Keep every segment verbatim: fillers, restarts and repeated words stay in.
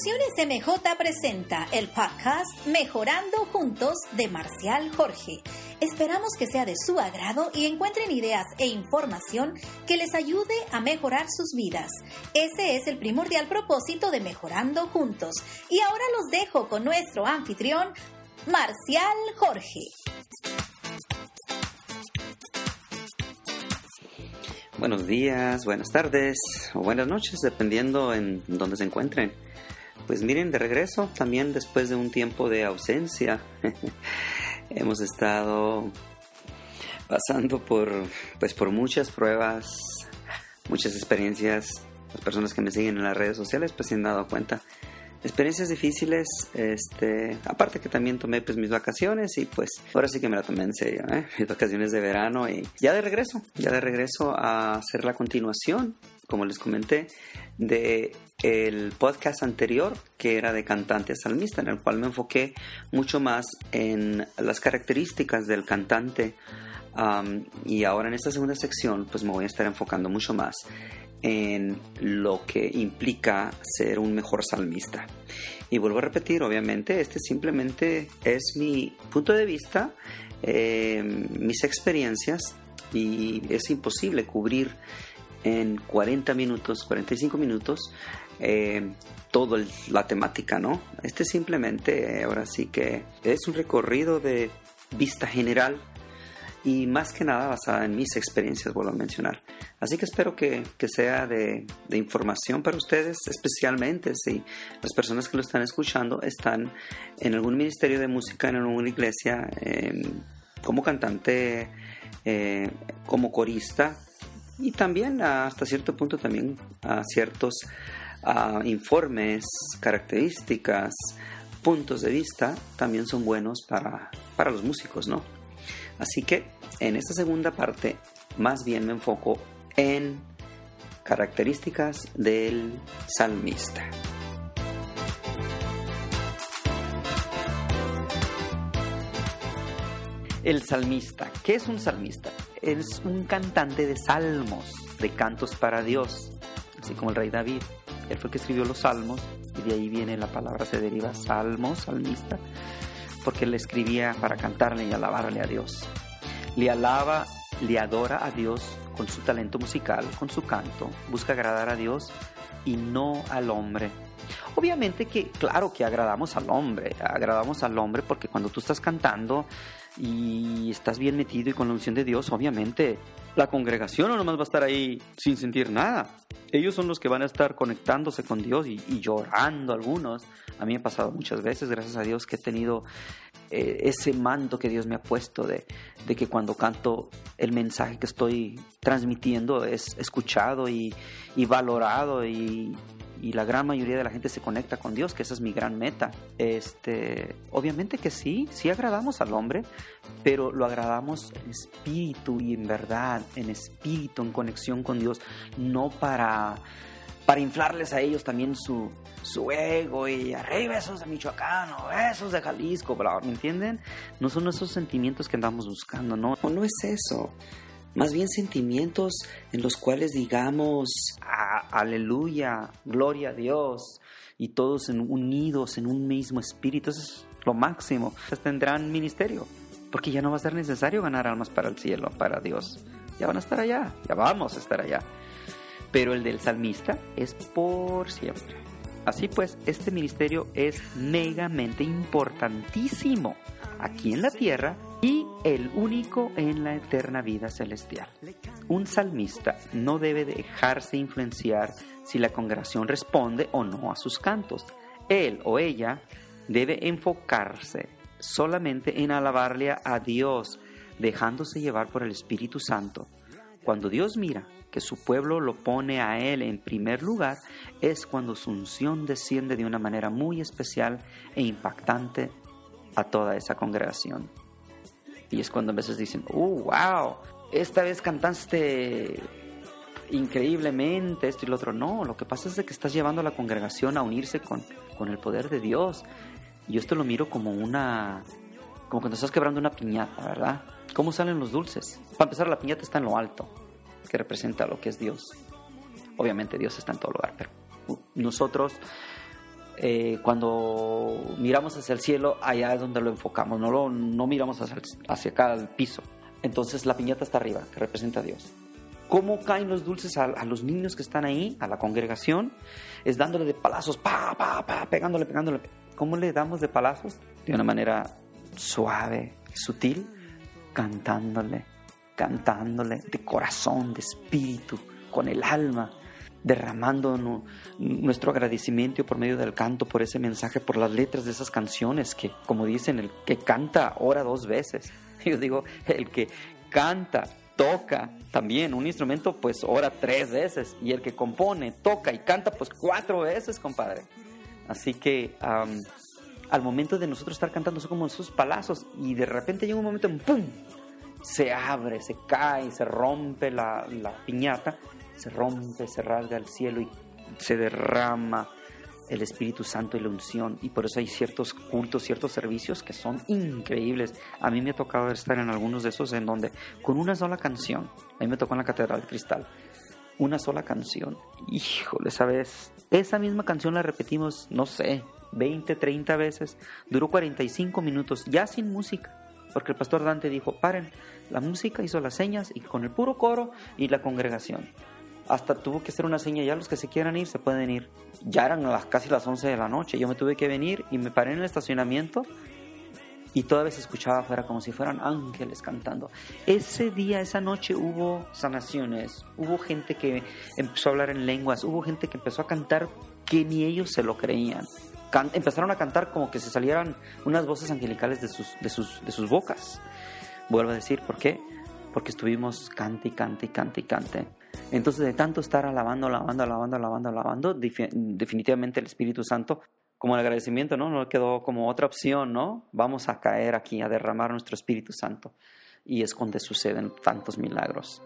Producciones M J presenta el podcast Mejorando Juntos de Marcial Jorge. Esperamos que sea de su agrado y encuentren ideas e información que les ayude a mejorar sus vidas. Ese es el primordial propósito de Mejorando Juntos. Y ahora los dejo con nuestro anfitrión, Marcial Jorge. Buenos días, buenas tardes o buenas noches, dependiendo en dónde se encuentren. Pues miren, de regreso, también después de un tiempo de ausencia. Hemos estado pasando por, pues, por muchas pruebas, muchas experiencias. Las personas que me siguen en las redes sociales pues se han dado cuenta. Experiencias difíciles, este, aparte que también tomé pues mis vacaciones y pues ahora sí que me la tomé en serio, ¿eh? Mis vacaciones de verano y ya de regreso, ya de regreso a hacer la continuación, como les comenté, de el podcast anterior que era de cantante salmista, en el cual me enfoqué mucho más en las características del cantante, um, y ahora en esta segunda sección pues me voy a estar enfocando mucho más en lo que implica ser un mejor salmista. Y vuelvo a repetir, obviamente, este simplemente es mi punto de vista, eh, mis experiencias, y es imposible cubrir en cuarenta minutos, cuarenta y cinco minutos, eh, toda la temática, ¿no? Este simplemente, ahora sí que es un recorrido de vista general y más que nada basada en mis experiencias, vuelvo a mencionar. Así que espero que, que sea de, de información para ustedes, especialmente si las personas que lo están escuchando están en algún ministerio de música, en alguna iglesia, eh, como cantante, eh, como corista, y también hasta cierto punto también a ciertos uh, informes, características, puntos de vista también son buenos para, para los músicos, ¿no? Así que en esta segunda parte más bien me enfoco en características del salmista. El salmista. ¿Qué es un salmista? Es un cantante de salmos, de cantos para Dios, así como el rey David. Él fue el que escribió los salmos y de ahí viene la palabra, se deriva salmos, salmista, porque él escribía para cantarle y alabarle a Dios. Le alaba, le adora a Dios con su talento musical, con su canto, busca agradar a Dios y no al hombre. Obviamente que, claro que agradamos al hombre, agradamos al hombre porque cuando tú estás cantando y estás bien metido y con la unción de Dios, obviamente la congregación no nomás va a estar ahí sin sentir nada. Ellos son los que van a estar conectándose con Dios y, y llorando algunos. A mí me ha pasado muchas veces, gracias a Dios, que he tenido eh, ese manto que Dios me ha puesto de, de que cuando canto el mensaje que estoy transmitiendo es escuchado y, y valorado y... y la gran mayoría de la gente se conecta con Dios, que esa es mi gran meta. Este, obviamente que sí, sí agradamos al hombre, pero lo agradamos en espíritu y en verdad, en espíritu, en conexión con Dios, no para, para inflarles a ellos también su, su ego y arriba esos de Michoacán o esos de Jalisco, bla, ¿me entienden? No son esos sentimientos que andamos buscando, no, no es eso. Más bien sentimientos en los cuales digamos ah, aleluya, gloria a Dios, y todos en, unidos en un mismo espíritu. Eso es lo máximo. Pues tendrán ministerio, porque ya no va a ser necesario ganar almas para el cielo, para Dios. Ya van a estar allá, ya vamos a estar allá. Pero el del salmista es por siempre. Así pues, este ministerio es megamente importantísimo aquí en la tierra y el único en la eterna vida celestial. Un salmista no debe dejarse influenciar si la congregación responde o no a sus cantos. Él o ella debe enfocarse solamente en alabarle a Dios, dejándose llevar por el Espíritu Santo. Cuando Dios mira que su pueblo lo pone a Él en primer lugar, es cuando su unción desciende de una manera muy especial e impactante a toda esa congregación. Y es cuando a veces dicen, ¡oh, wow! Esta vez cantaste increíblemente esto y lo otro. No, lo que pasa es de que estás llevando a la congregación a unirse con, con el poder de Dios. Yo esto lo miro como una... como cuando estás quebrando una piñata, ¿verdad? ¿Cómo salen los dulces? Para empezar, la piñata está en lo alto, que representa lo que es Dios. Obviamente Dios está en todo lugar, pero nosotros eh, cuando miramos hacia el cielo, allá es donde lo enfocamos, no, lo, no miramos hacia, el, hacia acá al piso. Entonces la piñata está arriba, que representa a Dios. ¿Cómo caen los dulces a, a los niños que están ahí, a la congregación? Es dándole de palazos, pa, pa, pa, pegándole, pegándole. ¿Cómo le damos de palazos? De una manera suave y sutil, cantándole, cantándole de corazón, de espíritu, con el alma, derramando no, nuestro agradecimiento por medio del canto, por ese mensaje, por las letras de esas canciones que, como dicen, el que canta ora dos veces. Yo digo, el que canta, toca también un instrumento, pues ora tres veces, y el que compone, toca y canta, pues cuatro veces, compadre. Así que um, al momento de nosotros estar cantando son como esos palazos, y de repente llega un momento en ¡pum! Se abre, se cae, se rompe la, la piñata, se rompe, se rasga el cielo y se derrama el Espíritu Santo y la unción. Y por eso hay ciertos cultos, ciertos servicios que son increíbles. A mí me ha tocado estar en algunos de esos en donde con una sola canción, a mí me tocó en la Catedral de Cristal, una sola canción, híjole, ¿sabes? Esa misma canción la repetimos, no sé, veinte, treinta veces, duró cuarenta y cinco minutos, ya sin música, porque el pastor Dante dijo, paren la música, hizo las señas, y con el puro coro y la congregación. Hasta tuvo que hacer una seña, ya los que se quieran ir se pueden ir. Ya eran las, casi las once de la noche, yo me tuve que venir y me paré en el estacionamiento y todavía se escuchaba afuera como si fueran ángeles cantando. Ese día, esa noche hubo sanaciones, hubo gente que empezó a hablar en lenguas, hubo gente que empezó a cantar que ni ellos se lo creían. Can- empezaron a cantar como que se salieran unas voces angelicales de sus, de sus, de sus bocas. Vuelvo a decir, ¿por qué? Porque estuvimos cante y cante y cante y cante. Entonces, de tanto estar alabando, alabando, alabando, alabando, alabando, definitivamente el Espíritu Santo, como el agradecimiento, ¿no? No quedó como otra opción, ¿no? Vamos a caer aquí, a derramar nuestro Espíritu Santo. Y es donde suceden tantos milagros.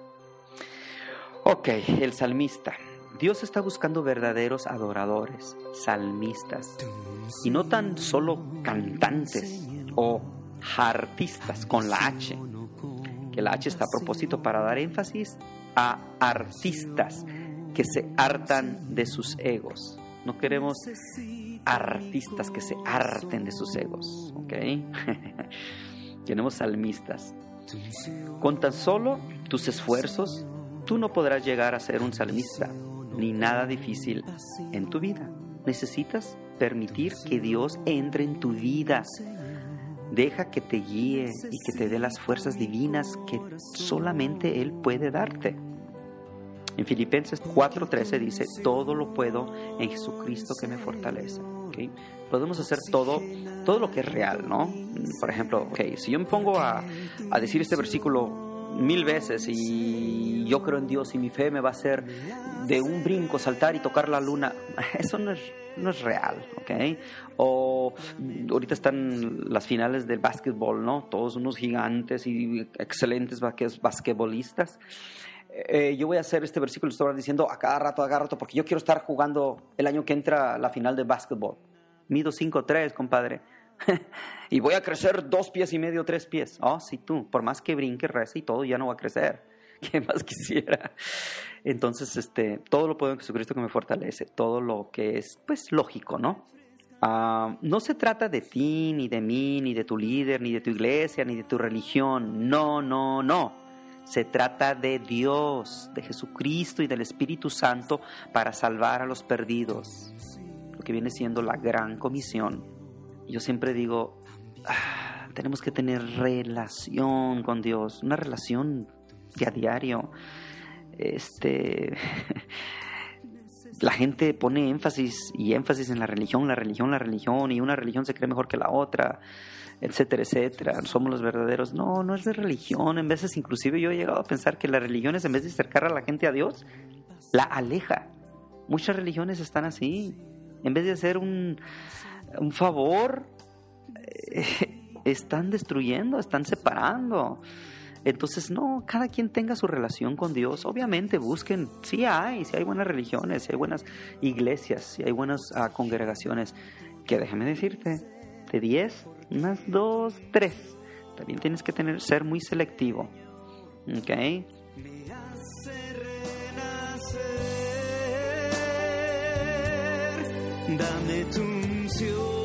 Ok, el salmista. Dios está buscando verdaderos adoradores, salmistas. Y no tan solo cantantes o artistas con la H. Que la H está a propósito para dar énfasis a artistas que se hartan de sus egos. No queremos artistas que se harten de sus egos, ¿ok? Queremos salmistas. Con tan solo tus esfuerzos, tú no podrás llegar a ser un salmista, ni nada difícil en tu vida. Necesitas permitir que Dios entre en tu vida. Deja que te guíe y que te dé las fuerzas divinas que solamente Él puede darte. En Filipenses cuatro trece dice, todo lo puedo en Jesucristo que me fortalece. ¿Okay? Podemos hacer todo, todo lo que es real, ¿no? Por ejemplo, okay, si yo me pongo a, a decir este versículo mil veces y yo creo en Dios y mi fe me va a hacer de un brinco saltar y tocar la luna, eso no es, no es real, ¿ok? O ahorita están las finales del básquetbol, ¿no? Todos unos gigantes y excelentes basquetbolistas. Eh, yo voy a hacer este versículo, estoy diciendo a cada rato, a cada rato, porque yo quiero estar jugando el año que entra la final de básquetbol. Mido cinco tres, compadre. Y voy a crecer dos pies y medio, tres pies. Oh, sí, tú, por más que brinque, reza y todo, ya no va a crecer. ¿Qué más quisiera? Entonces, este, todo lo puedo en Jesucristo que me fortalece. Todo lo que es, pues, lógico, ¿no? Uh, no se trata de ti, ni de mí, ni de tu líder, ni de tu iglesia, ni de tu religión. No, no, no. Se trata de Dios, de Jesucristo y del Espíritu Santo para salvar a los perdidos. Lo que viene siendo la gran comisión. Yo siempre digo, ah, tenemos que tener relación con Dios, una relación de a diario. Este, la gente pone énfasis y énfasis en la religión, la religión, la religión, y una religión se cree mejor que la otra, etcétera, etcétera. Somos los verdaderos. No, no es de religión. En veces, inclusive, yo he llegado a pensar que las religiones, en vez de acercar a la gente a Dios, la aleja. Muchas religiones están así. En vez de hacer un, un favor, eh, están destruyendo, están separando. Entonces, no, cada quien tenga su relación con Dios. Obviamente busquen, sí hay, sí hay buenas religiones, sí hay buenas iglesias, sí hay buenas uh, congregaciones, que déjame decirte, de diez, unas dos, tres. También tienes que tener, ser muy selectivo, ¿ok? Dame tu unción.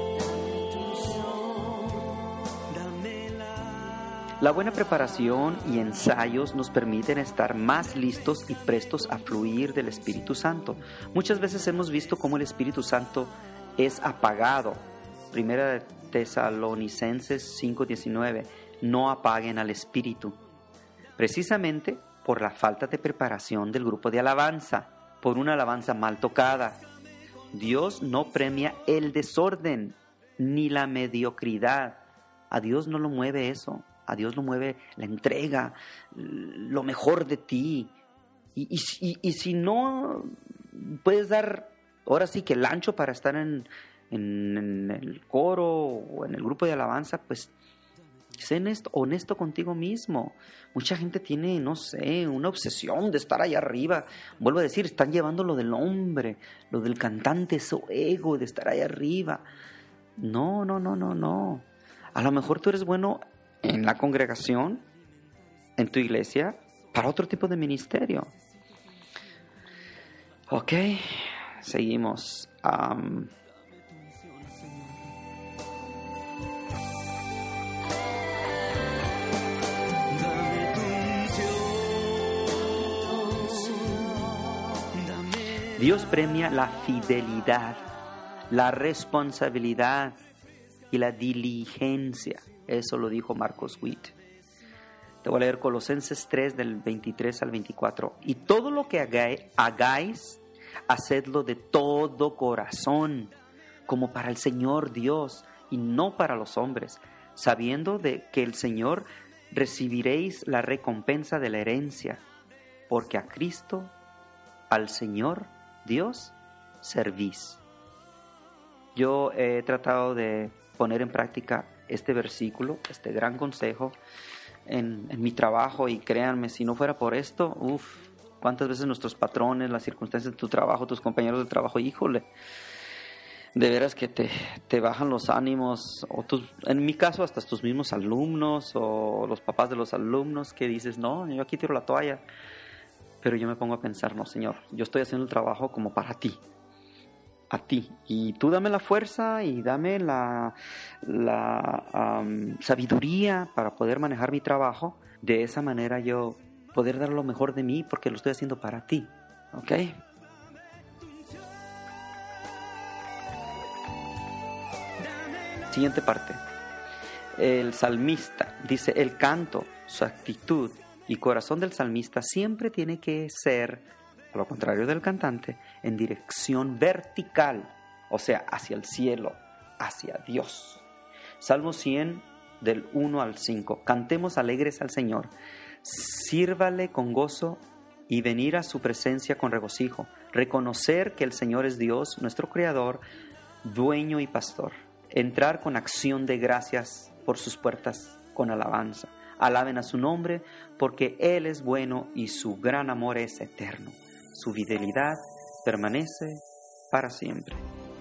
La buena preparación y ensayos nos permiten estar más listos y prestos a fluir del Espíritu Santo. Muchas veces hemos visto cómo el Espíritu Santo es apagado. Primera de Tesalonicenses cinco diecinueve, no apaguen al Espíritu. Precisamente por la falta de preparación del grupo de alabanza, por una alabanza mal tocada. Dios no premia el desorden ni la mediocridad. A Dios no lo mueve eso. A Dios lo mueve la entrega, lo mejor de ti. Y, y, y, y si no puedes dar, ahora sí que el ancho para estar en, en, en el coro o en el grupo de alabanza, pues sé honesto, honesto contigo mismo. Mucha gente tiene, no sé, una obsesión de estar allá arriba. Vuelvo a decir, están llevando lo del hombre, lo del cantante, ese ego de estar allá arriba. No, no, no, no, no. A lo mejor tú eres bueno en la congregación, en tu iglesia, para otro tipo de ministerio. Ok, seguimos. Um, Dios premia la fidelidad, la responsabilidad y la diligencia. Eso lo dijo Marcos Witt. Te voy a leer Colosenses tres del veintitrés al veinticuatro. Y todo lo que hagáis, hacedlo de todo corazón, como para el Señor Dios y no para los hombres, sabiendo de que el Señor recibiréis la recompensa de la herencia, porque a Cristo, al Señor Dios, servís. Yo he tratado de poner en práctica este versículo, este gran consejo en, en mi trabajo, y créanme, si no fuera por esto, uff, cuántas veces nuestros patrones, las circunstancias de tu trabajo, tus compañeros de trabajo, híjole, de veras que te, te bajan los ánimos, o tus, en mi caso hasta tus mismos alumnos o los papás de los alumnos, que dices, no, yo aquí tiro la toalla, pero yo me pongo a pensar, no, Señor, yo estoy haciendo el trabajo como para ti, a ti, y tú dame la fuerza y dame la, la um, sabiduría para poder manejar mi trabajo. De esa manera yo poder dar lo mejor de mí, porque lo estoy haciendo para ti. ¿Ok? Siguiente parte. El salmista dice, el canto, su actitud y corazón del salmista siempre tiene que ser, a lo contrario del cantante, en dirección vertical, o sea, hacia el cielo, hacia Dios. Salmo cien, del uno al cinco. Cantemos alegres al Señor, sírvale con gozo y venir a su presencia con regocijo. Reconocer que el Señor es Dios, nuestro Creador, dueño y pastor. Entrar con acción de gracias por sus puertas con alabanza. Alaben a su nombre, porque Él es bueno y su gran amor es eterno. Su fidelidad permanece para siempre.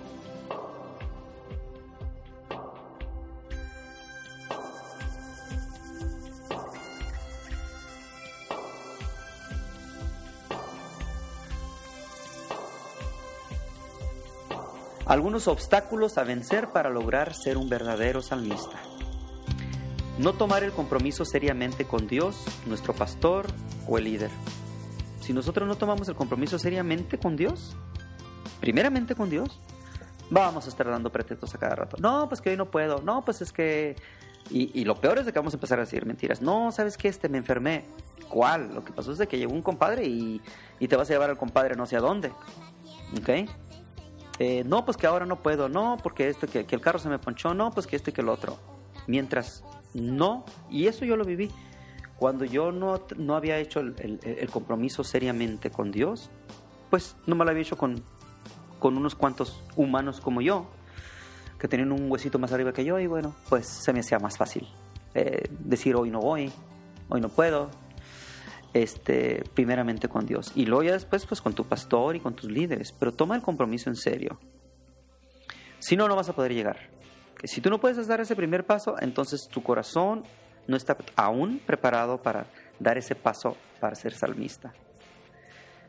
Algunos obstáculos a vencer para lograr ser un verdadero salmista. No tomar el compromiso seriamente con Dios, nuestro pastor o el líder. Si nosotros no tomamos el compromiso seriamente con Dios, primeramente con Dios, vamos a estar dando pretextos a cada rato. No, pues que hoy no puedo. No, pues es que... Y, y lo peor es de que vamos a empezar a decir mentiras. No, ¿sabes qué? Este, me enfermé. ¿Cuál? Lo que pasó es de que llegó un compadre y, y te vas a llevar al compadre no sé a dónde. ¿Ok? Eh, no, pues que ahora no puedo. No, porque esto, que, que el carro se me ponchó. No, pues que esto y que el otro. Mientras no, y eso yo lo viví. Cuando yo no, no había hecho el, el, el compromiso seriamente con Dios, pues no me lo había hecho con, con unos cuantos humanos como yo, que tenían un huesito más arriba que yo, y bueno, pues se me hacía más fácil eh, decir hoy no voy, hoy no puedo, este, primeramente con Dios. Y luego ya después pues con tu pastor y con tus líderes, pero toma el compromiso en serio. Si no, no vas a poder llegar. Si tú no puedes dar ese primer paso, entonces tu corazón no está aún preparado para dar ese paso para ser salmista.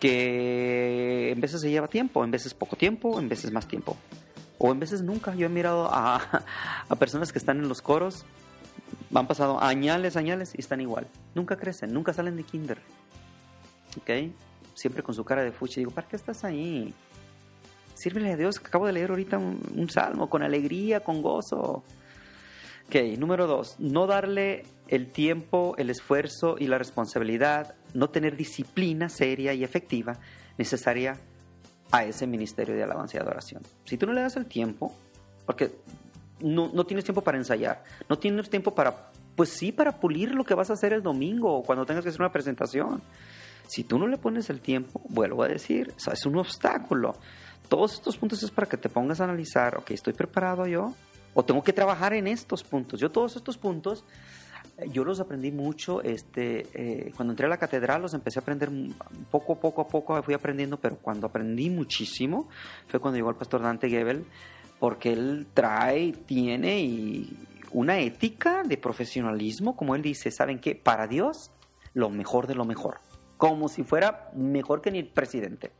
que en veces se lleva tiempo, en veces poco tiempo, en veces más tiempo, o en veces nunca. Yo he mirado a, a personas que están en los coros, han pasado añales, añales y están igual. Nunca crecen, nunca salen de kinder. ¿Ok? Siempre con su cara de fuchi. Digo, ¿para qué estás ahí? Sírvele a Dios, que acabo de leer ahorita un, un salmo, con alegría, con gozo. Ok, número dos, no darle el tiempo, el esfuerzo y la responsabilidad, no tener disciplina seria y efectiva necesaria a ese ministerio de alabanza y adoración. Si tú no le das el tiempo, porque no, no tienes tiempo para ensayar, no tienes tiempo para, pues sí, para pulir lo que vas a hacer el domingo o cuando tengas que hacer una presentación. Si tú no le pones el tiempo, vuelvo a decir, eso es un obstáculo. Todos estos puntos es para que te pongas a analizar, ok, ¿estoy preparado yo? ¿O tengo que trabajar en estos puntos? Yo todos estos puntos, yo los aprendí mucho, este, eh, cuando entré a la catedral los empecé a aprender poco, poco a poco, fui aprendiendo, pero cuando aprendí muchísimo fue cuando llegó el pastor Dante Gebel, porque él trae, tiene y una ética de profesionalismo, como él dice, ¿saben qué? Para Dios, lo mejor de lo mejor, como si fuera mejor que ni el presidente.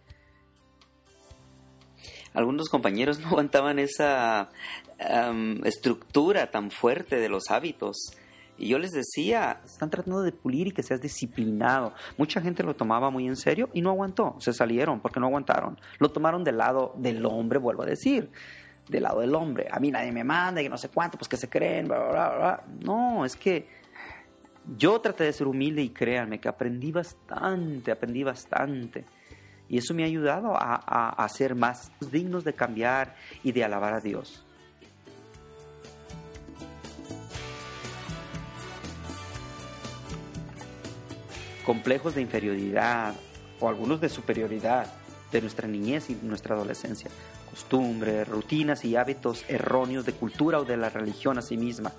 Algunos compañeros no aguantaban esa um, estructura tan fuerte de los hábitos. Y yo les decía, están tratando de pulir y que seas disciplinado. Mucha gente lo tomaba muy en serio y no aguantó. Se salieron porque no aguantaron. Lo tomaron del lado del hombre, vuelvo a decir. Del lado del hombre. A mí nadie me manda, que no sé cuánto, pues que se creen, bla, bla, bla, bla. No, es que yo traté de ser humilde y créanme que aprendí bastante, aprendí bastante. Y eso me ha ayudado a, a, a ser más dignos de cambiar y de alabar a Dios. Complejos de inferioridad o algunos de superioridad de nuestra niñez y nuestra adolescencia. Costumbres, rutinas y hábitos erróneos de cultura o de la religión a sí misma.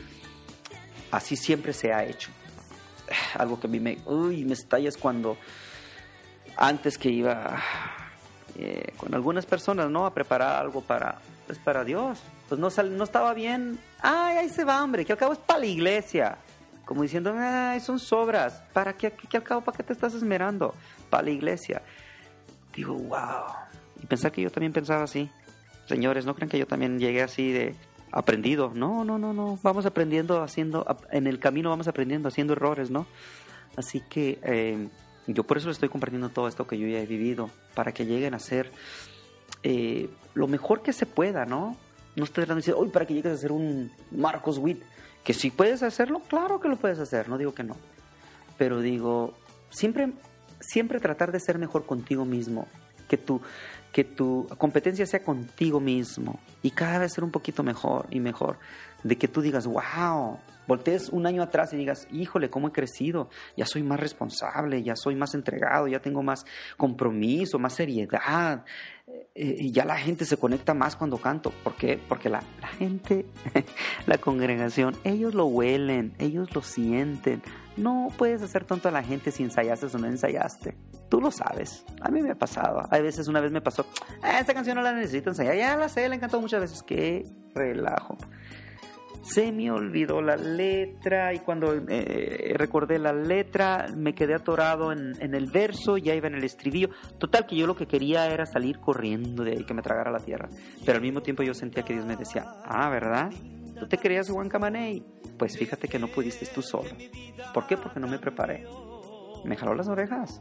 Así siempre se ha hecho. Algo que a mí me, uy, me estalla es cuando... Antes que iba eh, con algunas personas, ¿no? A preparar algo para, pues para Dios. Pues no, sal, no estaba bien. Ay, ahí se va, hombre, que al cabo es para la iglesia. Como diciendo, ay, son sobras. ¿Para qué? Que, que al cabo, ¿para qué te estás esmerando? Para la iglesia. Digo, wow. Y pensar que yo también pensaba así. Señores, no crean que yo también llegué así de aprendido. No, no, no, no. Vamos aprendiendo haciendo, en el camino vamos aprendiendo haciendo errores, ¿no? Así que... Eh, yo por eso les estoy compartiendo todo esto que yo ya he vivido, para que lleguen a ser eh, lo mejor que se pueda, ¿no? No estoy tratando de decir, uy, para que llegues a ser un Marcos Witt, que si puedes hacerlo, claro que lo puedes hacer, no digo que no. Pero digo, siempre, siempre tratar de ser mejor contigo mismo, que tu, que tu competencia sea contigo mismo y cada vez ser un poquito mejor y mejor, de que tú digas, wow, voltees un año atrás y digas, híjole, cómo he crecido, ya soy más responsable, ya soy más entregado, ya tengo más compromiso, más seriedad, eh, y ya la gente se conecta más cuando canto. ¿Por qué? Porque la, la gente, la congregación, ellos lo huelen, ellos lo sienten. No puedes hacer tonto a la gente si ensayaste o no ensayaste. Tú lo sabes. A mí me ha pasado. Hay veces, una vez me pasó, ah, esta canción no la necesito ensayar, ya la sé, la he cantado muchas veces. ¡Qué relajo! Se me olvidó la letra y cuando eh, recordé la letra me quedé atorado en, en el verso, ya iba en el estribillo. Total que yo lo que quería era salir corriendo de ahí, que me tragara la tierra. Pero al mismo tiempo yo sentía que Dios me decía, ah, ¿verdad? ¿Tú te creías Juan Camaney? Pues fíjate que no pudiste tú solo. ¿Por qué? Porque no me preparé. Me jaló las orejas.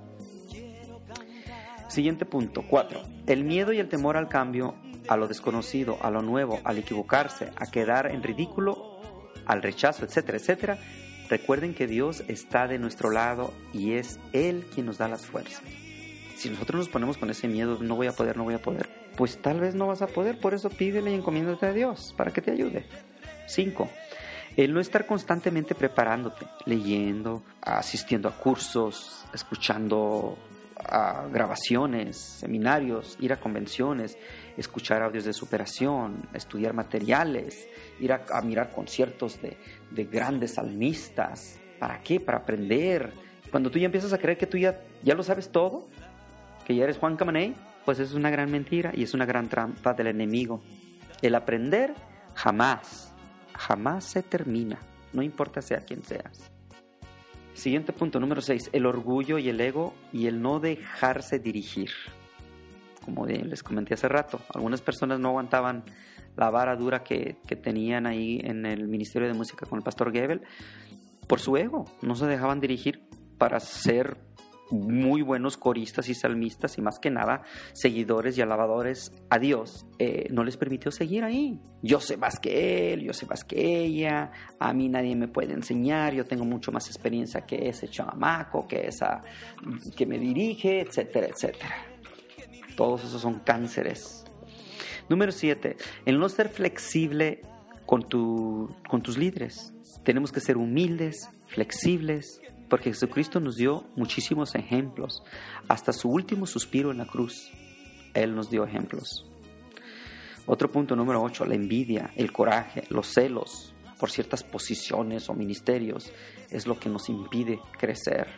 Siguiente punto, cuatro. El miedo y el temor al cambio, a lo desconocido, a lo nuevo, al equivocarse, a quedar en ridículo, al rechazo, etcétera, etcétera. Recuerden que Dios está de nuestro lado y es Él quien nos da las fuerzas. Si nosotros nos ponemos con ese miedo, no voy a poder, no voy a poder, pues tal vez no vas a poder. Por eso pídele y encomiéndate a Dios para que te ayude. Cinco. El no estar constantemente preparándote, leyendo, asistiendo a cursos, escuchando a grabaciones, seminarios, ir a convenciones, escuchar audios de superación, estudiar materiales, ir a, a mirar conciertos de, de grandes salmistas. ¿Para qué? Para aprender. Cuando tú ya empiezas a creer que tú ya, ya lo sabes todo, que ya eres Juan Camaney, pues es una gran mentira y es una gran trampa del enemigo. El aprender jamás, jamás se termina, no importa sea quien seas. Siguiente punto, número seis, el orgullo y el ego y el no dejarse dirigir. Como les comenté hace rato, algunas personas no aguantaban la vara dura que, que tenían ahí en el Ministerio de Música con el pastor Gebel por su ego. No se dejaban dirigir para ser muy buenos coristas y salmistas y más que nada seguidores y alabadores a Dios. Eh, no les permitió seguir ahí. Yo sé más que él, yo sé más que ella, a mí nadie me puede enseñar, yo tengo mucho más experiencia que ese chamaco, que esa que me dirige, etcétera, etcétera. Todos esos son cánceres. Número siete, el no ser flexible con, tu, con tus líderes. Tenemos que ser humildes, flexibles, porque Jesucristo nos dio muchísimos ejemplos. Hasta su último suspiro en la cruz, Él nos dio ejemplos. Otro punto, número ocho, la envidia, el coraje, los celos por ciertas posiciones o ministerios es lo que nos impide crecer.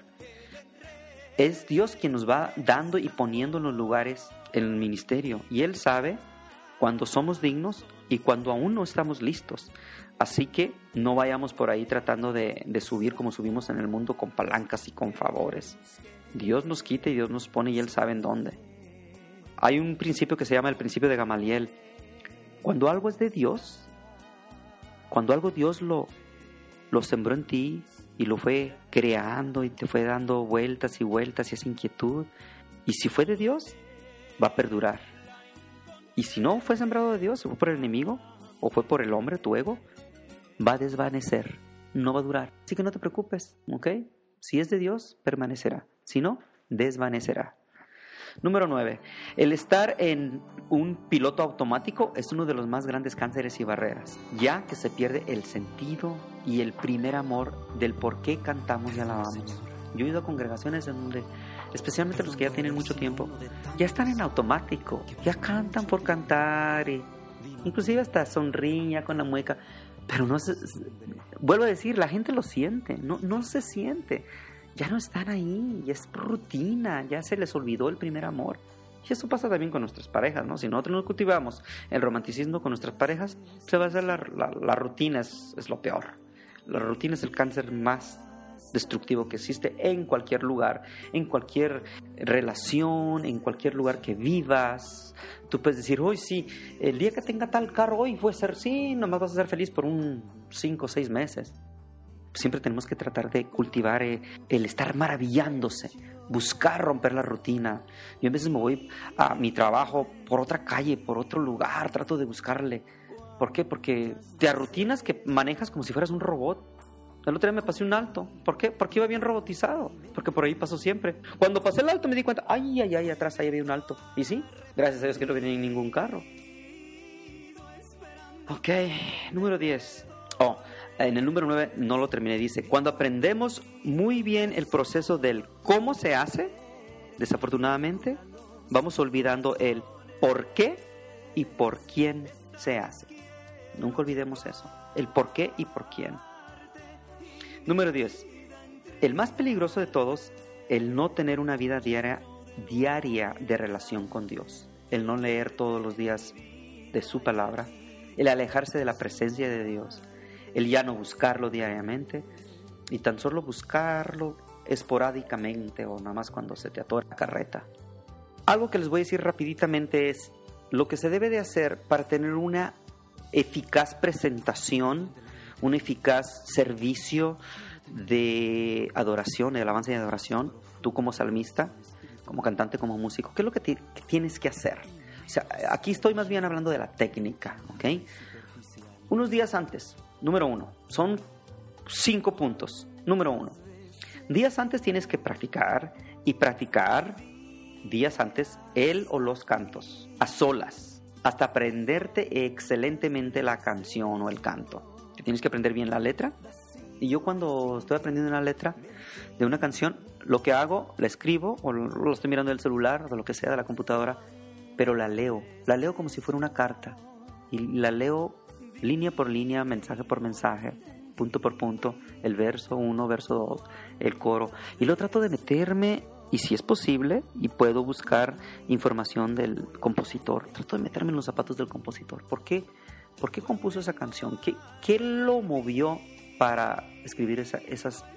Es Dios quien nos va dando y poniendo en los lugares en el ministerio. Y Él sabe cuando somos dignos y cuando aún no estamos listos. Así que no vayamos por ahí tratando de, de subir como subimos en el mundo con palancas y con favores. Dios nos quita y Dios nos pone y Él sabe en dónde. Hay un principio que se llama el principio de Gamaliel. Cuando algo es de Dios, cuando algo Dios lo, lo sembró en ti y lo fue creando y te fue dando vueltas y vueltas y esa inquietud, y si fue de Dios, va a perdurar. Y si no fue sembrado de Dios, fue por el enemigo o fue por el hombre, tu ego, va a desvanecer, no va a durar. Así que no te preocupes, ¿ok? Si es de Dios, permanecerá. Si no, desvanecerá. Número nueve. El estar en un piloto automático es uno de los más grandes cánceres y barreras, ya que se pierde el sentido y el primer amor del por qué cantamos y alabamos. Yo he ido a congregaciones en donde, especialmente los que ya tienen mucho tiempo, ya están en automático, ya cantan por cantar y inclusive hasta sonríen con la mueca, pero no se, vuelvo a decir, la gente lo siente, no, no se siente. Ya no están ahí, ya es rutina, ya se les olvidó el primer amor. Y eso pasa también con nuestras parejas, ¿no? Si nosotros no cultivamos el romanticismo con nuestras parejas, se va a hacer la, la, la rutina, es, es lo peor. La rutina es el cáncer más destructivo que existe en cualquier lugar, en cualquier relación, en cualquier lugar que vivas. Tú puedes decir, hoy sí, el día que tenga tal carro, hoy fue ser, sí, nomás vas a ser feliz por un cinco o seis meses. Siempre tenemos que tratar de cultivar eh, el estar maravillándose, buscar romper la rutina. Yo a veces me voy a mi trabajo por otra calle, por otro lugar, trato de buscarle. ¿Por qué? Porque te arrutinas que manejas como si fueras un robot. El otro día me pasé un alto. ¿Por qué? Porque iba bien robotizado. Porque por ahí paso siempre. Cuando pasé el alto me di cuenta, ay, ay, ay, atrás ahí había un alto. Y sí, gracias a Dios que no venía ningún carro. Ok, número diez. Oh, en el número nueve no lo terminé, dice, cuando aprendemos muy bien el proceso del cómo se hace, desafortunadamente, vamos olvidando el por qué y por quién se hace. Nunca olvidemos eso, el por qué y por quién. Número diez, el más peligroso de todos, el no tener una vida diaria, diaria de relación con Dios, el no leer todos los días de su palabra, el alejarse de la presencia de Dios, el ya no buscarlo diariamente y tan solo buscarlo esporádicamente o nada más cuando se te atora la carreta. Algo que les voy a decir rapiditamente es lo que se debe de hacer para tener una eficaz presentación, un eficaz servicio de adoración, de alabanza y de adoración, tú como salmista, como cantante, como músico. ¿Qué es lo que, te, que tienes que hacer? O sea, aquí estoy más bien hablando de la técnica, ¿ok? Unos días antes, número uno, son cinco puntos. Número uno, días antes tienes que practicar y practicar días antes el o los cantos, a solas, hasta aprenderte excelentemente la canción o el canto. Tienes que aprender bien la letra. Y yo cuando estoy aprendiendo una letra de una canción, lo que hago, la escribo o lo estoy mirando del celular o de lo que sea, de la computadora, pero la leo. La leo como si fuera una carta. Y la leo línea por línea, mensaje por mensaje, punto por punto, el verso uno, verso dos, el coro. Y luego trato de meterme, y si es posible, y puedo buscar información del compositor, trato de meterme en los zapatos del compositor. ¿Por qué? ¿Por qué compuso esa canción? ¿Qué, qué lo movió para escribir esa, esas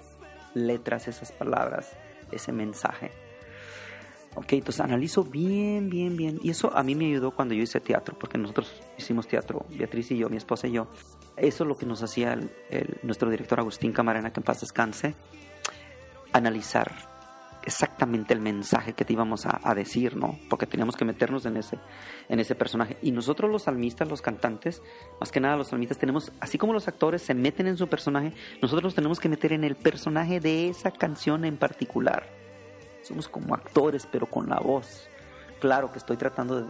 letras, esas palabras, ese mensaje. Ok, entonces analizo bien, bien, bien. Y eso a mí me ayudó cuando yo hice teatro, porque nosotros hicimos teatro, Beatriz y yo, mi esposa y yo. Eso es lo que nos hacía el, el, nuestro director Agustín Camarena, que en paz descanse, analizar exactamente el mensaje que te íbamos a, a decir, ¿no? Porque teníamos que meternos en ese, en ese personaje. Y nosotros los salmistas, los cantantes, más que nada los salmistas, tenemos, así como los actores se meten en su personaje, nosotros nos tenemos que meter en el personaje de esa canción en particular. Somos como actores, pero con la voz. Claro que estoy tratando de...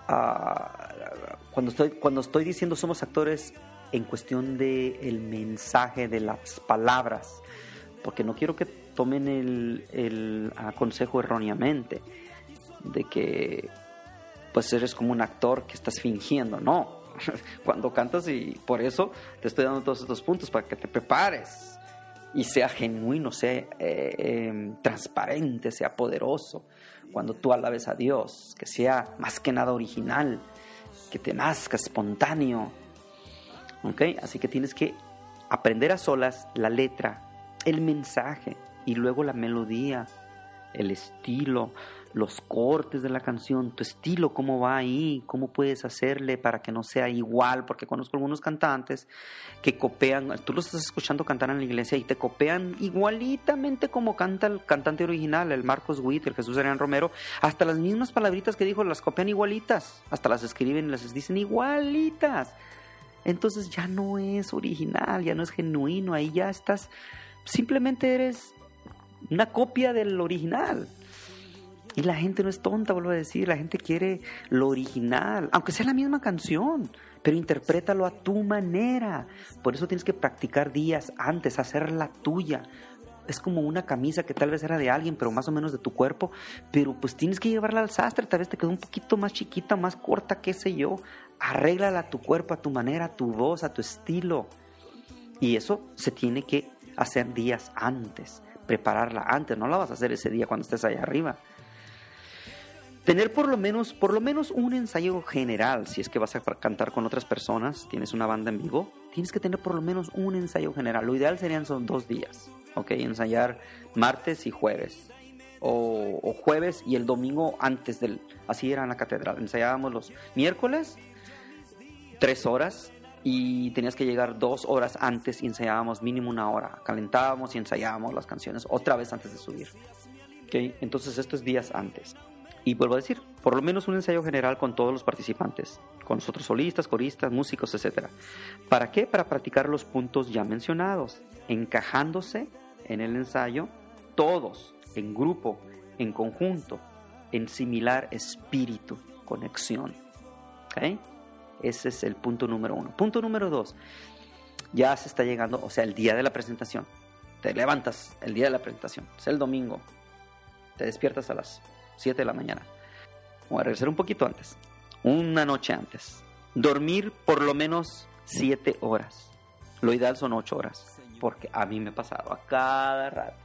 Uh, cuando, estoy, cuando estoy diciendo somos actores en cuestión del mensaje, de las palabras, porque no quiero que tomen el, el uh, consejo erróneamente de que pues eres como un actor que estás fingiendo. No, cuando cantas, y por eso te estoy dando todos estos puntos para que te prepares y sea genuino, sea eh, eh, transparente, sea poderoso cuando tú alabes a Dios, que sea más que nada original, que te nazca espontáneo. ¿Ok? Así que tienes que aprender a solas la letra, el mensaje y luego la melodía, el estilo, los cortes de la canción, tu estilo, cómo va ahí, cómo puedes hacerle para que no sea igual, porque conozco algunos cantantes que copian, tú los estás escuchando cantar en la iglesia y te copian igualitamente como canta el cantante original, el Marcos Witt, el Jesús Adrián Romero, hasta las mismas palabritas que dijo las copian igualitas, hasta las escriben y las dicen igualitas. Entonces ya no es original, ya no es genuino, ahí ya estás, simplemente eres una copia del original. Y la gente no es tonta, vuelvo a decir, la gente quiere lo original, aunque sea la misma canción, pero interprétalo a tu manera. Por eso tienes que practicar días antes, hacerla tuya. Es como una camisa que tal vez era de alguien, pero más o menos de tu cuerpo, pero pues tienes que llevarla al sastre, tal vez te quedó un poquito más chiquita, más corta, qué sé yo. Arréglala a tu cuerpo, a tu manera, a tu voz, a tu estilo. Y eso se tiene que hacer días antes, prepararla antes, no la vas a hacer ese día cuando estés allá arriba. Tener por lo menos, por lo menos un ensayo general, si es que vas a cantar con otras personas, tienes una banda en vivo, tienes que tener por lo menos un ensayo general. Lo ideal serían son dos días, ¿ok? Ensayar martes y jueves, o, o jueves y el domingo antes del, así era en la catedral. Ensayábamos los miércoles, tres horas, y tenías que llegar dos horas antes y ensayábamos mínimo una hora. Calentábamos y ensayábamos las canciones otra vez antes de subir, ¿ok? Entonces esto es días antes. Y vuelvo a decir, por lo menos un ensayo general con todos los participantes, con los otros solistas, coristas, músicos, etcétera. ¿Para qué? Para practicar los puntos ya mencionados, encajándose en el ensayo, todos, en grupo, en conjunto, en similar espíritu, conexión. ¿Ok? Ese es el punto número uno. Punto número dos, ya se está llegando, o sea, el día de la presentación. Te levantas el día de la presentación, es el domingo, te despiertas a las siete de la mañana. Voy a regresar un poquito antes, una noche antes. Dormir por lo menos siete horas. Lo ideal son ocho horas, porque a mí me ha pasado a cada rato.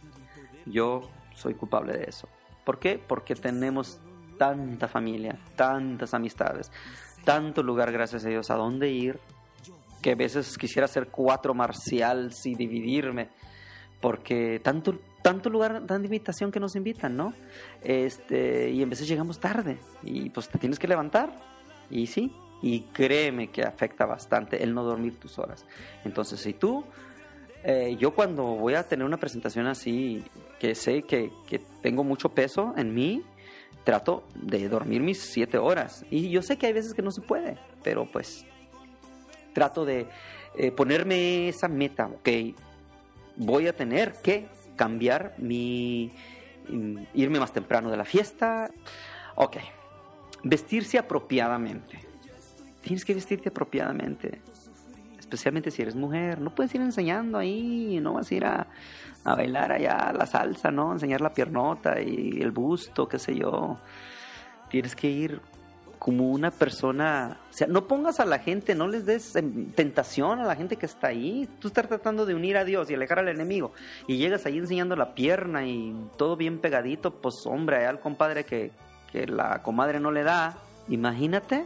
Yo soy culpable de eso. ¿Por qué? Porque tenemos tanta familia, tantas amistades, tanto lugar, gracias a Dios, a dónde ir, que a veces quisiera hacer cuatro marciales y dividirme, porque tanto tanto lugar, tanta invitación que nos invitan, ¿no? Este, y en veces llegamos tarde y pues te tienes que levantar, y sí, y créeme que afecta bastante el no dormir tus horas. Entonces, si tú, eh, yo cuando voy a tener una presentación así, que sé que, que tengo mucho peso en mí, trato de dormir mis siete horas, y yo sé que hay veces que no se puede, pero pues trato de eh, ponerme esa meta, ok, voy a tener que cambiar mi, irme más temprano de la fiesta. Ok, vestirse apropiadamente. Tienes que vestirte apropiadamente, especialmente si eres mujer. No puedes ir enseñando ahí, no vas a ir a, a bailar allá la salsa, ¿no? Enseñar la piernota y el busto, qué sé yo. Tienes que ir como una persona, o sea, no pongas a la gente, no les des tentación a la gente que está ahí. Tú estás tratando de unir a Dios y alejar al enemigo, y llegas ahí enseñando la pierna y todo bien pegadito, pues hombre, hay al compadre que, que la comadre no le da. Imagínate,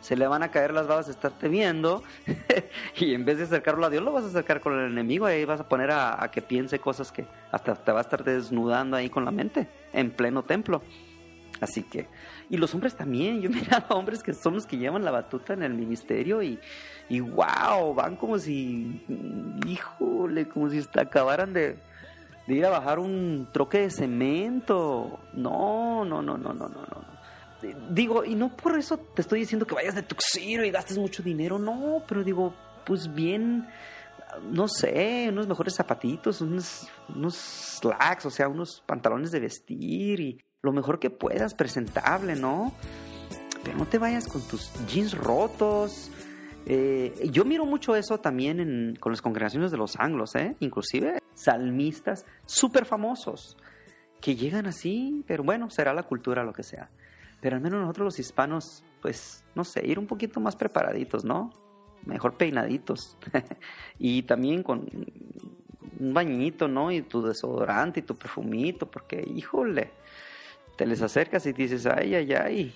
se le van a caer las babas de estarte viendo y en vez de acercarlo a Dios lo vas a acercar con el enemigo, y ahí vas a poner a, a que piense cosas que hasta te va a estar desnudando ahí con la mente en pleno templo. Así que, y los hombres también, yo he mirado a hombres que son los que llevan la batuta en el ministerio y, y wow, van como si, híjole, como si acabaran de, de ir a bajar un troque de cemento. No, no, no, no, no, no, no. Digo, y no por eso te estoy diciendo que vayas de tuxedo y gastes mucho dinero, no, pero digo, pues bien, no sé, unos mejores zapatitos, unos, unos slacks, o sea, unos pantalones de vestir y lo mejor que puedas, presentable, ¿no? Pero no te vayas con tus jeans rotos. Eh, yo miro mucho eso también en, con las congregaciones de los anglos, ¿eh? Inclusive salmistas súper famosos que llegan así, pero bueno, será la cultura, lo que sea. Pero al menos nosotros los hispanos, pues, no sé, ir un poquito más preparaditos, ¿no? Mejor peinaditos. Y también con un bañito, ¿no? Y tu desodorante y tu perfumito, porque, híjole, te les acercas y dices, ay, ay, ay.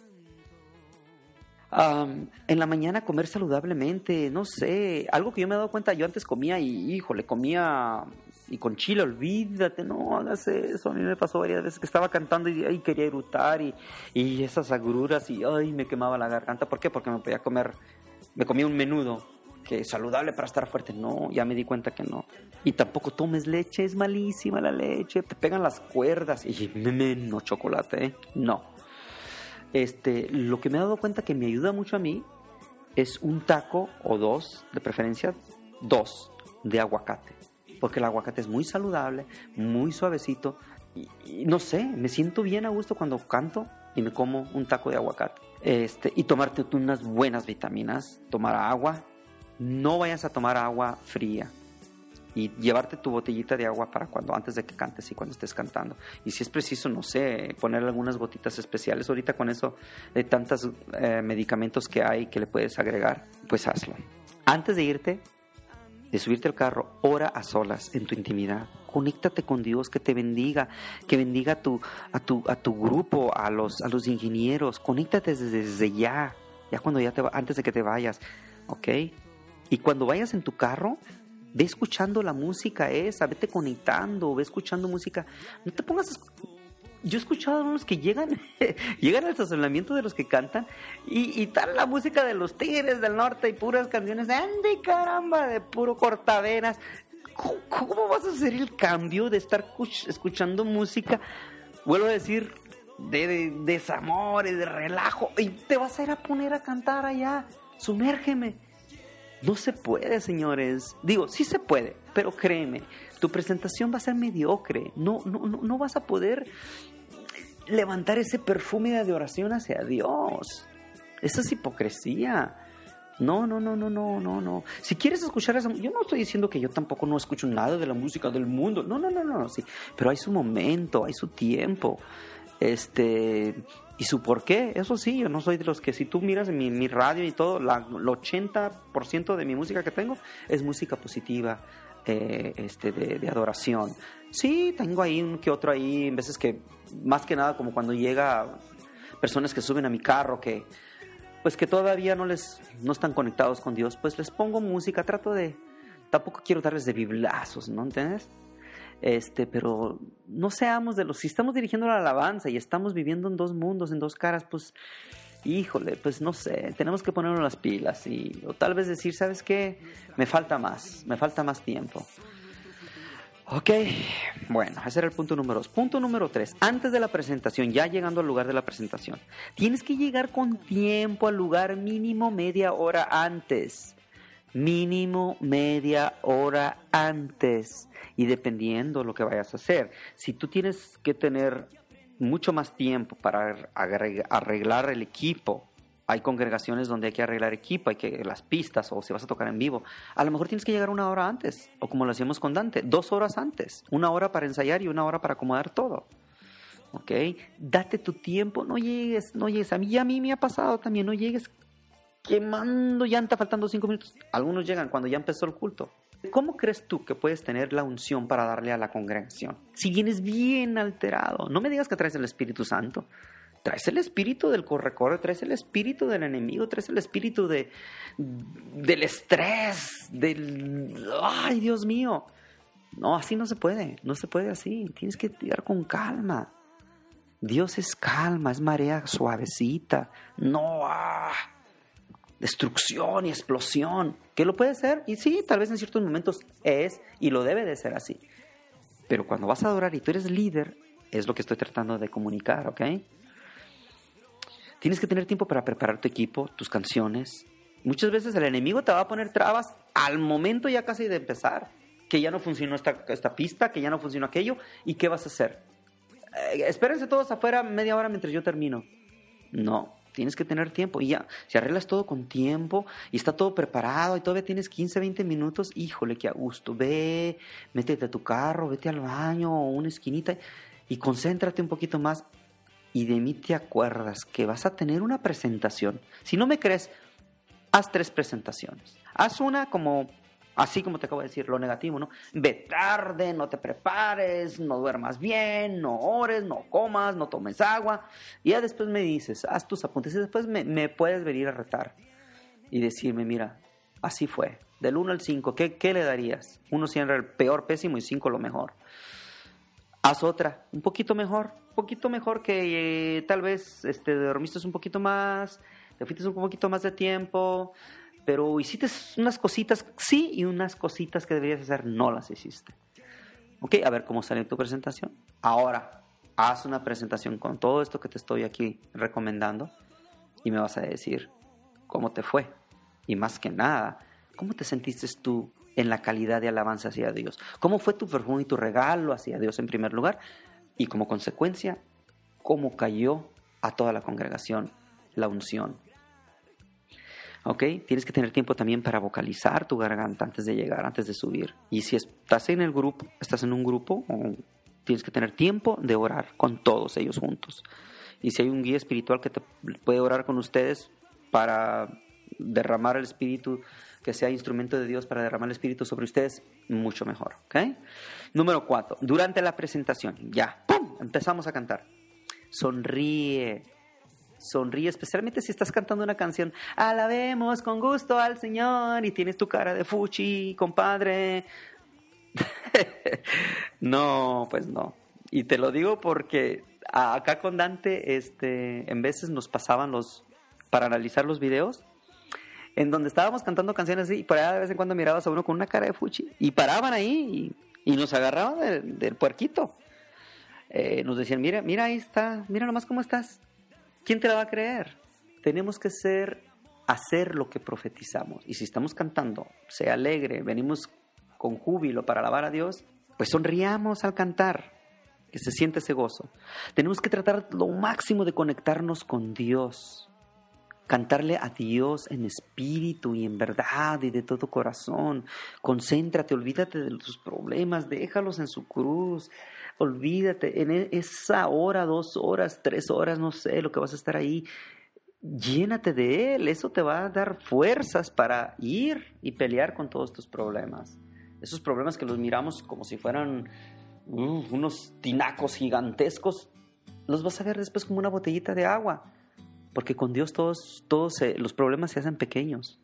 Um, en la mañana comer saludablemente, no sé, algo que yo me he dado cuenta, yo antes comía y, híjole, comía y con chile, olvídate, no hagas eso. A mí me pasó varias veces que estaba cantando y ay, quería erutar y, y esas agruras y ay, me quemaba la garganta. ¿Por qué? Porque me podía comer, me comía un menudo, que es saludable para estar fuerte. No, ya me di cuenta que no. Y tampoco tomes leche, es malísima la leche, te pegan las cuerdas. Y no chocolate, ¿eh? No. Este, lo que me he dado cuenta que me ayuda mucho a mí es un taco o dos, de preferencia dos, de aguacate. Porque el aguacate es muy saludable, muy suavecito. Y, y no sé, me siento bien a gusto cuando canto y me como un taco de aguacate. Este, y tomarte unas buenas vitaminas, tomar agua. No vayas a tomar agua fría. Y llevarte tu botellita de agua para cuando antes de que cantes y cuando estés cantando. Y si es preciso, no sé, poner algunas gotitas especiales. Ahorita con eso de tantos eh, medicamentos que hay que le puedes agregar, pues hazlo. Antes de irte, de subirte al carro, ora a solas en tu intimidad. Conéctate con Dios, que te bendiga, que bendiga a tu, a tu, a tu grupo, a los, a los ingenieros. Conéctate desde, desde ya, ya cuando ya te va, antes de que te vayas, ¿ok? Y cuando vayas en tu carro, ve escuchando la música esa, vete conectando, ve escuchando música. No te pongas... A... Yo he escuchado a unos que llegan, llegan al estacionamiento de los que cantan y, y tal la música de los Tigres del Norte y puras canciones de Andy, caramba, de puro cortavenas. ¿Cómo, ¿Cómo vas a hacer el cambio de estar escuchando música, vuelvo a decir, de, de, de desamor y de relajo, y te vas a ir a poner a cantar allá? Sumérgeme. No se puede, señores. Digo, sí se puede, pero créeme, tu presentación va a ser mediocre. No, no, no, no vas a poder levantar ese perfume de adoración hacia Dios. Eso es hipocresía. No, no, no, no, no, no, no. Si quieres escuchar esa, yo no estoy diciendo que yo tampoco no escucho nada de la música del mundo. No, no, no, no, sí. Pero hay su momento, hay su tiempo. Este... ¿Y su por qué? Eso sí, yo no soy de los que si tú miras mi, mi radio y todo, la, el ochenta por ciento de mi música que tengo es música positiva, eh, este, de, de adoración. Sí, tengo ahí un que otro ahí, en veces que, más que nada como cuando llega personas que suben a mi carro, que pues que todavía no les no están conectados con Dios, pues les pongo música, trato de, tampoco quiero darles de biblazos, ¿no entiendes? Este, pero no seamos de los, si estamos dirigiendo la alabanza y estamos viviendo en dos mundos, en dos caras, pues, híjole, pues no sé, tenemos que ponernos las pilas y, o tal vez decir, ¿sabes qué? Me falta más, me falta más tiempo. Ok, bueno, ese era el punto número dos. Punto número tres, antes de la presentación, ya llegando al lugar de la presentación, tienes que llegar con tiempo al lugar, mínimo media hora antes. Mínimo media hora antes. Y dependiendo lo que vayas a hacer, si tú tienes que tener mucho más tiempo para arreglar el equipo, hay congregaciones donde hay que arreglar equipo, hay que las pistas, o si vas a tocar en vivo, a lo mejor tienes que llegar una hora antes, o como lo hacíamos con Dante, dos horas antes, una hora para ensayar y una hora para acomodar todo. ¿Ok? Date tu tiempo, no llegues, no llegues. A mí ya a mí me ha pasado también, no llegues quemando llanta, faltando cinco minutos. Algunos llegan cuando ya empezó el culto. ¿Cómo crees tú que puedes tener la unción para darle a la congregación? Si vienes bien alterado, no me digas que traes el Espíritu Santo. traes el espíritu del corre-corre, traes el espíritu del enemigo, traes el espíritu de, del estrés, del... ¡Ay, Dios mío! No, así no se puede, no se puede así. Tienes que tirar con calma. Dios es calma, es marea suavecita. No, ah, destrucción y explosión. ¿Que lo puede ser? Y sí, tal vez en ciertos momentos es y lo debe de ser así. Pero cuando vas a adorar y tú eres líder, es lo que estoy tratando de comunicar, ¿ok? Tienes que tener tiempo para preparar tu equipo, tus canciones. Muchas veces el enemigo te va a poner trabas al momento ya casi de empezar. Que ya no funcionó esta, esta pista, que ya no funcionó aquello. ¿Y qué vas a hacer? Eh, espérense todos afuera media hora mientras yo termino. No, tienes que tener tiempo. Y ya, si arreglas todo con tiempo y está todo preparado y todavía tienes quince, veinte minutos, híjole, qué a gusto. Ve, métete a tu carro, vete al baño o una esquinita y concéntrate un poquito más. Y de mí te acuerdas que vas a tener una presentación. Si no me crees, haz tres presentaciones. Haz una como, así como te acabo de decir, lo negativo, ¿no? Ve tarde, no te prepares, no duermas bien, no ores, no comas, no tomes agua. Y ya después me dices, haz tus apuntes y después me, me puedes venir a retar. Y decirme, mira, así fue. Del uno al cinco, ¿qué, qué le darías? uno siendo el peor, pésimo y cinco lo mejor. Haz otra, un poquito mejor, un poquito mejor que eh, tal vez este, dormiste un poquito más, te fuiste un poquito más de tiempo, pero hiciste unas cositas, sí, y unas cositas que deberías hacer, no las hiciste. Ok, a ver cómo sale tu presentación. Ahora, haz una presentación con todo esto que te estoy aquí recomendando y me vas a decir cómo te fue. Y más que nada, ¿cómo te sentiste tú en la calidad de alabanza hacia Dios? ¿Cómo fue tu perfume y tu regalo hacia Dios en primer lugar? Y como consecuencia, ¿cómo cayó a toda la congregación la unción? ¿Ok? Tienes que tener tiempo también para vocalizar tu garganta antes de llegar, antes de subir. Y si estás en el grupo, estás en un grupo, tienes que tener tiempo de orar con todos ellos juntos. Y si hay un guía espiritual que te puede orar con ustedes para derramar el espíritu, que sea instrumento de Dios para derramar el espíritu sobre ustedes, mucho mejor, ¿ok? Número cuatro, durante la presentación, ya, ¡pum!, empezamos a cantar. Sonríe, sonríe, especialmente si estás cantando una canción, alabemos con gusto al Señor, y tienes tu cara de fuchi, compadre. No, pues no. Y te lo digo porque acá con Dante, este, en veces nos pasaban los, para analizar los videos, en donde estábamos cantando canciones así, y por allá de vez en cuando mirabas a uno con una cara de fuchi, y paraban ahí, y, y nos agarraban de, del puerquito. Eh, nos decían, mira, mira ahí está, mira nomás cómo estás. ¿Quién te la va a creer? Tenemos que ser, hacer lo que profetizamos. Y si estamos cantando, sea alegre, venimos con júbilo para alabar a Dios, pues sonriamos al cantar, que se siente ese gozo. Tenemos que tratar lo máximo de conectarnos con Dios. Cantarle a Dios en espíritu y en verdad y de todo corazón. Concéntrate, olvídate de tus problemas, déjalos en su cruz. Olvídate, en esa hora, dos horas, tres horas, no sé, lo que vas a estar ahí, llénate de Él. Eso te va a dar fuerzas para ir y pelear con todos tus problemas. Esos problemas que los miramos como si fueran uh, unos tinacos gigantescos, los vas a ver después como una botellita de agua. Porque con Dios todos, todos se, los problemas se hacen pequeños.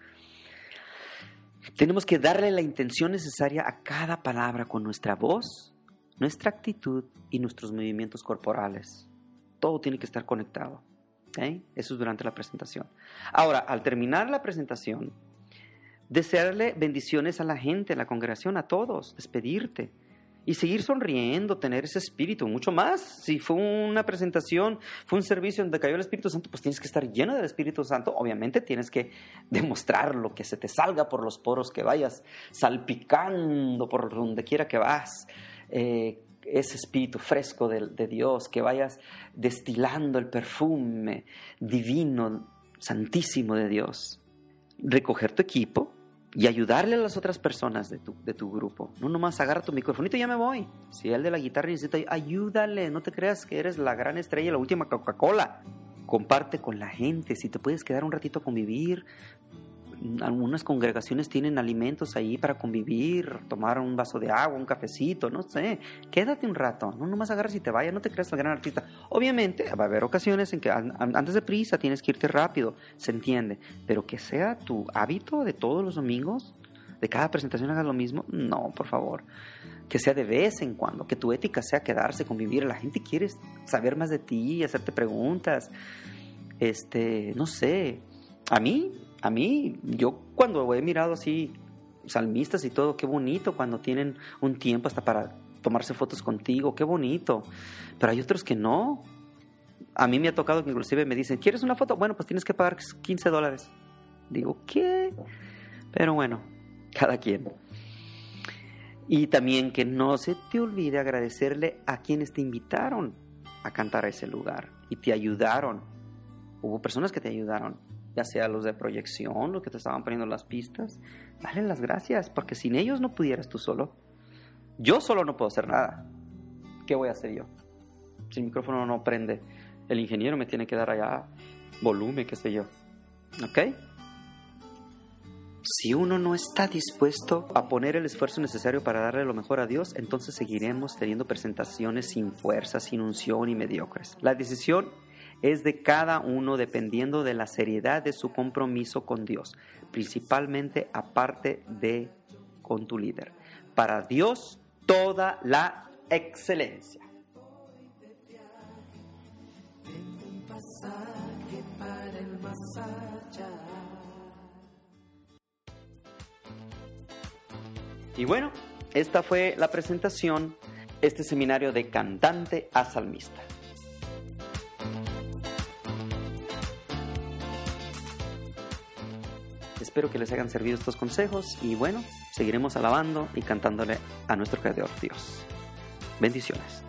Tenemos que darle la intención necesaria a cada palabra con nuestra voz, nuestra actitud y nuestros movimientos corporales. Todo tiene que estar conectado. ¿eh? Eso es durante la presentación. Ahora, al terminar la presentación, desearle bendiciones a la gente, a la congregación, a todos, despedirte. Y seguir sonriendo, tener ese espíritu, mucho más. Si fue una presentación, fue un servicio donde cayó el Espíritu Santo, pues tienes que estar lleno del Espíritu Santo. Obviamente tienes que demostrarlo, que se te salga por los poros, que vayas salpicando por donde quiera que vas. Eh, ese espíritu fresco de, de Dios, que vayas destilando el perfume divino, santísimo de Dios. Recoger tu equipo y ayudarle a las otras personas de tu, de tu grupo. No nomás agarra tu microfonito y ya me voy. Si el de la guitarra necesita, ayúdale. No te creas que eres la gran estrella, la última Coca-Cola. Comparte con la gente. Si te puedes quedar un ratito a convivir, algunas congregaciones tienen alimentos ahí para convivir, tomar un vaso de agua, un cafecito, no sé. Quédate un rato, no nomás agarras y te vayas, no te creas el gran artista. Obviamente va a haber ocasiones en que antes de prisa tienes que irte rápido, se entiende. Pero que sea tu hábito de todos los domingos, de cada presentación hagas lo mismo, no, por favor. Que sea de vez en cuando, que tu ética sea quedarse, convivir. La gente quiere saber más de ti, hacerte preguntas. Este, no sé, a mí, a mí, yo cuando he mirado así salmistas y todo, qué bonito cuando tienen un tiempo hasta para tomarse fotos contigo, qué bonito. Pero hay otros que no. A mí me ha tocado que inclusive me dicen, ¿quieres una foto? Bueno, pues tienes que pagar quince dólares. Digo, ¿qué? Pero bueno, cada quien. Y también que no se te olvide agradecerle a quienes te invitaron a cantar a ese lugar y te ayudaron. Hubo personas que te ayudaron, ya sea los de proyección, los que te estaban poniendo las pistas. Dale las gracias, porque sin ellos no pudieras tú solo. Yo solo no puedo hacer nada. ¿Qué voy a hacer yo? Si el micrófono no prende, el ingeniero me tiene que dar allá volumen, qué sé yo. ¿Ok? Si uno no está dispuesto a poner el esfuerzo necesario para darle lo mejor a Dios, entonces seguiremos teniendo presentaciones sin fuerza, sin unción y mediocres. La decisión es de cada uno dependiendo de la seriedad de su compromiso con Dios, principalmente aparte de con tu líder. Para Dios, toda la excelencia. Y bueno, esta fue la presentación, este seminario de cantante a salmista. Espero que les hayan servido estos consejos y bueno, seguiremos alabando y cantándole a nuestro Creador Dios. Bendiciones.